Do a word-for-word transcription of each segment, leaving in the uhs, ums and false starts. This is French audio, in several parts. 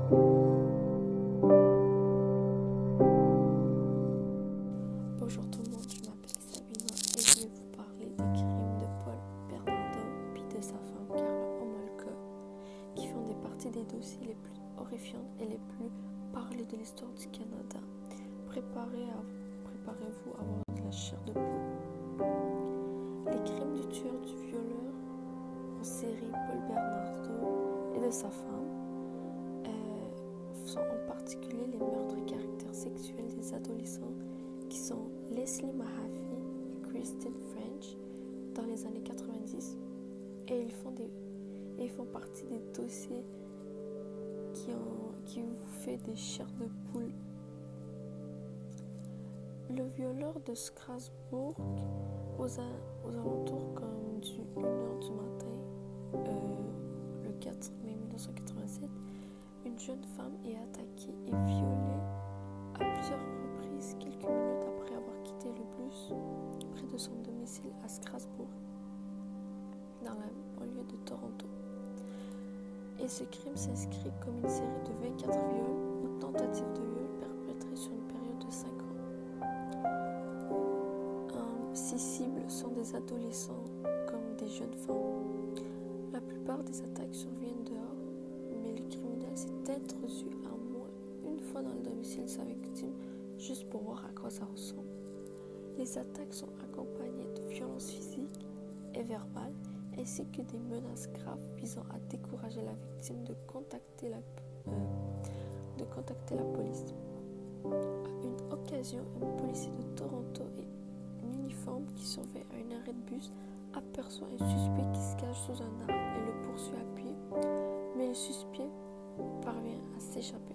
Bonjour tout le monde, je m'appelle Sabina et je vais vous parler des crimes de Paul Bernardo puis de sa femme Karla Homolka qui font des parties des dossiers les plus horrifiants et les plus parlés de l'histoire du Canada. Préparez à, préparez-vous à avoir de la chair de poule. Les crimes du tueur, du violeur en série Paul Bernardo et de sa femme euh, sont en particulier les meurtres à caractère sexuel des adolescents qui sont Leslie Mahaffey et Kristen French dans les années quatre-vingt-dix, et ils font, des, et ils font partie des dossiers qui, ont, qui vous fait des chairs de poule. Le violeur de Strasbourg, aux, a, aux alentours comme du une heure du matin, euh, le quatre mai mille neuf cent quatre-vingt-sept, une jeune femme est attaquée et violée à plusieurs reprises quelques minutes après avoir quitté le bus près de son domicile à Strasbourg, dans la banlieue de Toronto. Et ce crime s'inscrit comme une série de vingt-quatre viols ou tentatives de viol perpétrés sur une période de cinq ans. Um, ces cibles sont des adolescents comme des jeunes femmes. La plupart des attaques surviennent dehors, mais le criminel s'est introduit à moins une fois dans le domicile de sa victime juste pour voir à quoi ça ressemble. Les attaques sont accompagnées de violences physiques et verbales, ainsi que des menaces graves visant à décourager la victime de contacter la, euh, de contacter la police. À une occasion, un policier de Toronto et un uniforme qui surveille à un arrêt de bus aperçoit un suspect qui se cache sous un arbre et le poursuit à pied, mais le suspect parvient à s'échapper.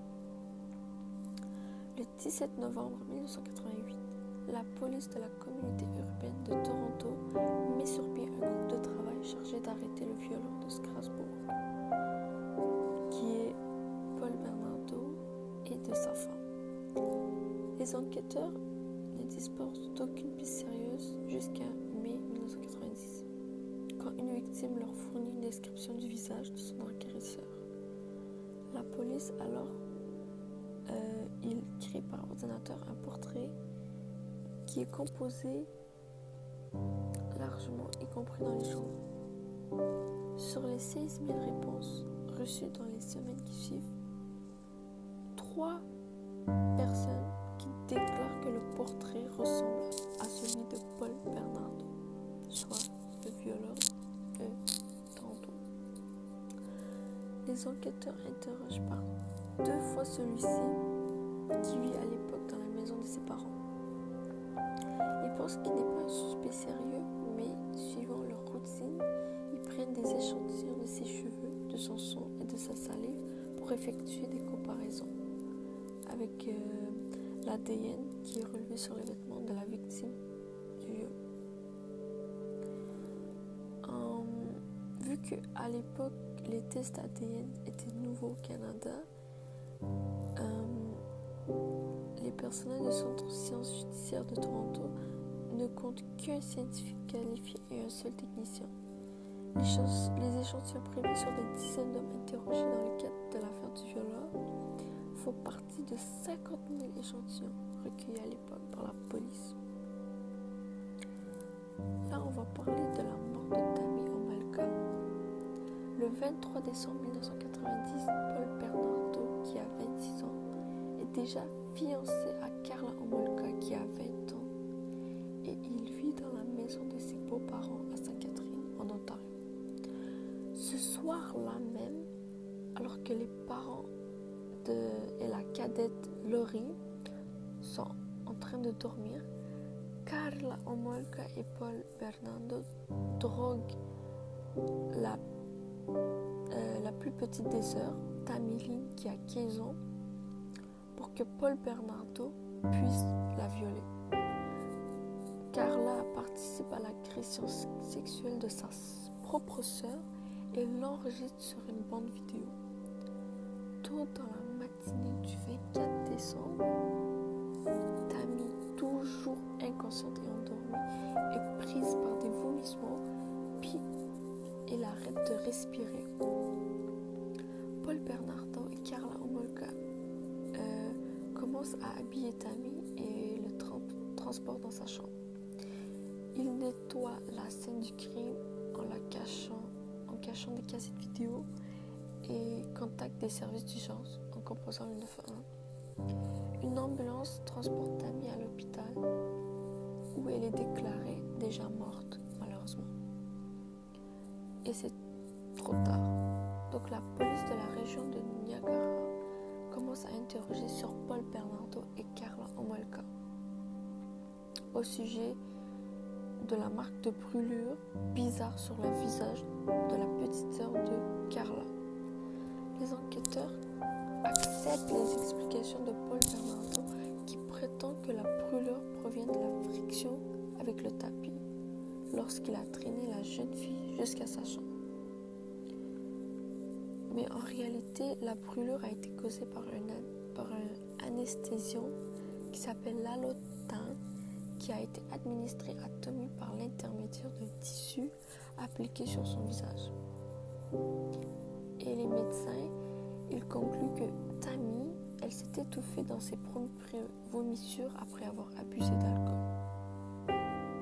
Le dix-sept novembre mille neuf cent quatre-vingt-huit, la police de la communauté urbaine de Toronto met sur pied un groupe de travail chargé d'arrêter le violeur de Strasbourg, qui est Paul Bernardo, et de sa femme. Les enquêteurs ne disposent d'aucune piste sérieuse jusqu'à mai mille neuf cent quatre-vingt-dix, quand une victime leur fournit une description du visage de son agresseur. La police alors Euh, il crée par ordinateur un portrait qui est composé largement, y compris dans les journaux. Sur les seize mille réponses reçues dans les semaines qui suivent, trois personnes qui déclarent que le portrait ressemble à celui de Paul Bernardo, soit le violeur de Toronto. Les enquêteurs interrogent par deux fois celui-ci qui vit à l'époque dans la maison de ses parents. Ils pensent qu'il n'est pas un suspect sérieux, mais suivant leur routine, ils prennent des échantillons de ses cheveux, de son sang et de sa salive pour effectuer des comparaisons avec euh, l'A D N qui est relevé sur les vêtements de la victime du viol. Um, vu qu'à l'époque, les tests A D N étaient nouveaux au Canada, Euh, les personnels du Centre de sciences judiciaires de Toronto ne comptent qu'un scientifique qualifié et un seul technicien. Les, ch- les échantillons prélevés sur des dizaines d'hommes interrogés dans le cadre de l'affaire du violeur font partie de cinquante mille échantillons recueillis à l'époque par la police. Là, on va parler de la mort de Tammy Homolka. Le vingt-trois décembre mille neuf cent quatre-vingt-dix, Paul Bernardo, qui a vingt-six ans, est déjà fiancé à Karla Homolka, qui a vingt ans, et il vit dans la maison de ses beaux-parents à Sainte-Catherine, en Ontario. Ce soir-là même, alors que les parents de, et la cadette Laurie sont en train de dormir, Karla Homolka et Paul Bernardo droguent la Euh, la plus petite des sœurs, Tammy Lynn, qui a quinze ans, pour que Paul Bernardo puisse la violer. Karla participe à l'agression sexuelle de sa propre sœur et l'enregistre sur une bande vidéo. Tôt dans la matinée du vingt-quatre décembre, Tammy, toujours inconsciente et endormie, est prise par des vomissements, puis elle arrête de respirer. Paul Bernardo et Karla commence à habiller Tammy et le tra- transporte dans sa chambre. Il nettoie la scène du crime en la cachant, en cachant des cassettes vidéo et contacte des services d'urgence en composant le neuf un un. Une ambulance transporte Tammy à l'hôpital où elle est déclarée déjà morte, malheureusement. Et c'est trop tard. Donc la police de la région de Niagara commence à interroger sur Paul Bernardo et Karla Homolka au sujet de la marque de brûlure bizarre sur le visage de la petite sœur de Karla. Les enquêteurs acceptent les explications de Paul Bernardo qui prétend que la brûlure provient de la friction avec le tapis lorsqu'il a traîné la jeune fille jusqu'à sa chambre. Mais en réalité, la brûlure a été causée par un, par un anesthésiant qui s'appelle l'allotane, qui a été administré à Tommy par l'intermédiaire d'un tissu appliqué sur son visage. Et les médecins, ils concluent que Tammy, elle s'est étouffée dans ses propres vomissures après avoir abusé d'alcool.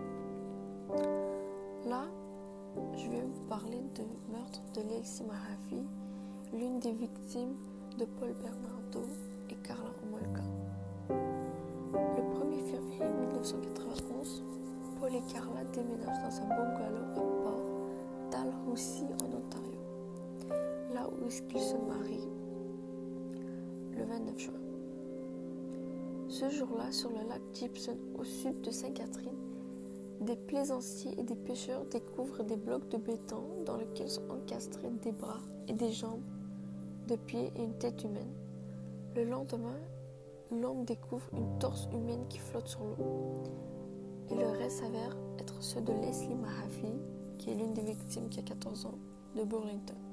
Là, je vais vous parler du meurtre de Lacey Mahaffey, l'une des victimes de Paul Bernardo et Karla Homolka. Le premier février mille neuf cent quatre-vingt-onze, Paul et Karla déménagent dans un bungalow à Port Dalhousie en Ontario, là où ils se marient le vingt-neuf juin. Ce jour-là, sur le lac Gibson, au sud de Sainte-Catherine, des plaisanciers et des pêcheurs découvrent des blocs de béton dans lesquels sont encastrés des bras et des jambes de pieds et une tête humaine. Le lendemain, l'homme découvre une torse humaine qui flotte sur l'eau. Et le reste s'avère être ceux de Leslie Mahaffey, qui est l'une des victimes qui a quatorze ans, de Burlington.